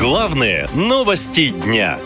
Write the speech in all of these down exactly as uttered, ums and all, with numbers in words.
Главные новости дня.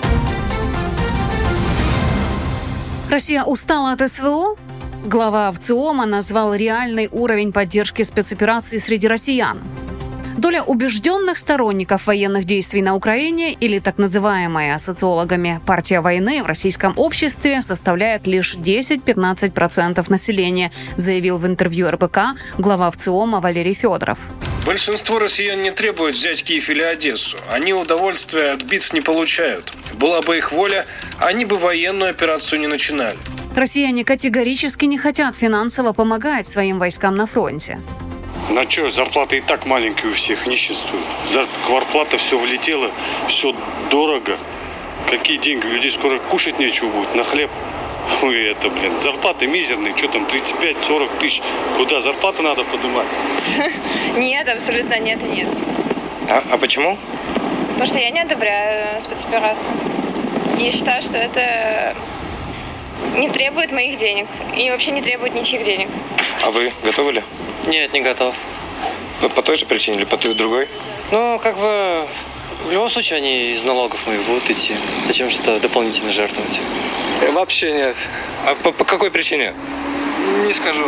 Россия устала от СВО? Глава ВЦИОМа назвал реальный уровень поддержки спецоперации среди россиян. Доля убежденных сторонников военных действий на Украине, или так называемая социологами «партия войны» в российском обществе, составляет лишь десять-пятнадцать процентов населения, заявил в интервью эр бэ ка глава ВЦИОМа Валерий Федоров. Большинство россиян не требует взять Киев или Одессу. Они удовольствия от битв не получают. Была бы их воля, они бы военную операцию не начинали. Россияне категорически не хотят финансово помогать своим войскам на фронте. На что, зарплаты и так маленькие у всех, нищенствуют. Квартплата все влетело, все дорого. Какие деньги? У людей скоро кушать нечего будет, на хлеб. Ой, это, блин, зарплаты мизерные, что там, тридцать пять сорок тысяч. Куда зарплаты надо поднимать? Нет, абсолютно нет и нет. А, а почему? Потому что я не одобряю спецоперацию. Я считаю, что это не требует моих денег. И вообще не требует ничьих денег. А вы готовы ли? Нет, не готов. По, по той же причине или по той и другой? Ну, как бы, в любом случае они из налогов моих будут идти. Зачем что-то дополнительно жертвовать? Вообще нет. А по, по какой причине? Не скажу.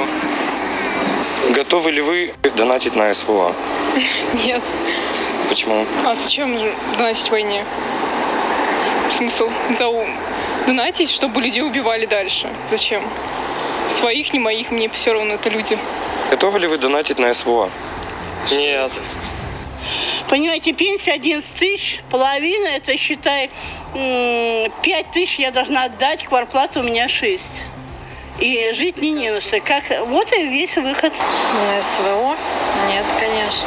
Готовы ли вы донатить на СВО? Нет. Почему? А зачем же донатить войне? Смысл? За донатить, чтобы людей убивали дальше. Зачем? Своих, не моих, мне все равно, это люди. Готовы ли вы донатить на СВО? Нет. Понимаете, пенсия одиннадцать тысяч, половина, это, считай, пять тысяч я должна отдать, квартплата у меня шесть. И жить мне не на что. Как... Вот и весь выход. На СВО? Нет, конечно.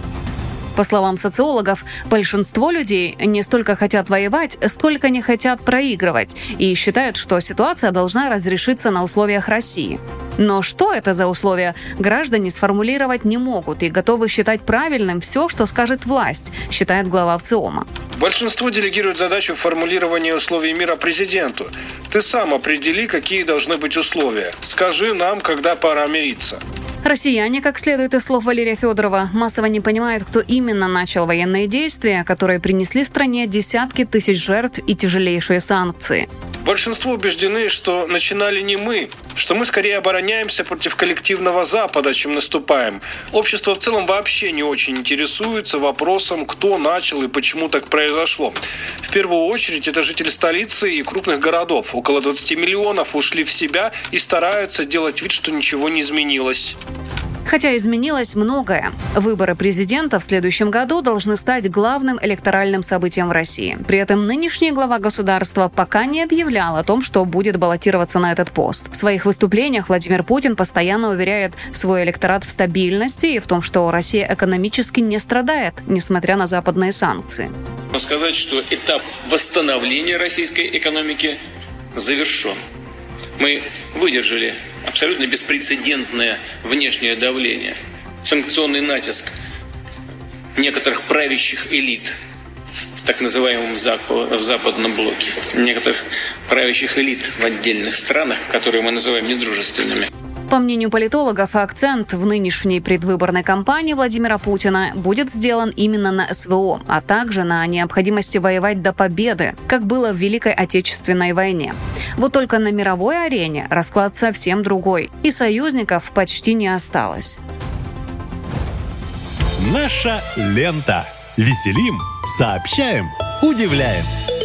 По словам социологов, большинство людей не столько хотят воевать, сколько не хотят проигрывать, и считают, что ситуация должна разрешиться на условиях России. Но что это за условия, граждане сформулировать не могут и готовы считать правильным все, что скажет власть, считает глава ВЦИОМа. Большинство делегирует задачу формулирования условий мира президенту. Ты сам определи, какие должны быть условия. Скажи нам, когда пора мириться. Россияне, как следует из слов Валерия Федорова, массово не понимают, кто именно начал военные действия, которые принесли стране десятки тысяч жертв и тяжелейшие санкции. Большинство убеждены, что начинали не мы, что мы скорее обороняемся против коллективного Запада, чем наступаем. Общество в целом вообще не очень интересуется вопросом, кто начал и почему так произошло. В первую очередь это жители столицы и крупных городов. Около двадцати миллионов ушли в себя и стараются делать вид, что ничего не изменилось. Хотя изменилось многое. Выборы президента в следующем году должны стать главным электоральным событием в России. При этом нынешний глава государства пока не объявлял о том, что будет баллотироваться на этот пост. В своих выступлениях Владимир Путин постоянно уверяет свой электорат в стабильности и в том, что Россия экономически не страдает, несмотря на западные санкции. Можно сказать, что этап восстановления российской экономики завершен. Мы выдержали абсолютно беспрецедентное внешнее давление, санкционный натиск некоторых правящих элит в так называемом в западном блоке, некоторых правящих элит в отдельных странах, которые мы называем недружественными. По мнению политологов, акцент в нынешней предвыборной кампании Владимира Путина будет сделан именно на СВО, а также на необходимости воевать до победы, как было в Великой Отечественной войне. Вот только на мировой арене расклад совсем другой, и союзников почти не осталось. Наша лента. Веселим, сообщаем, удивляем.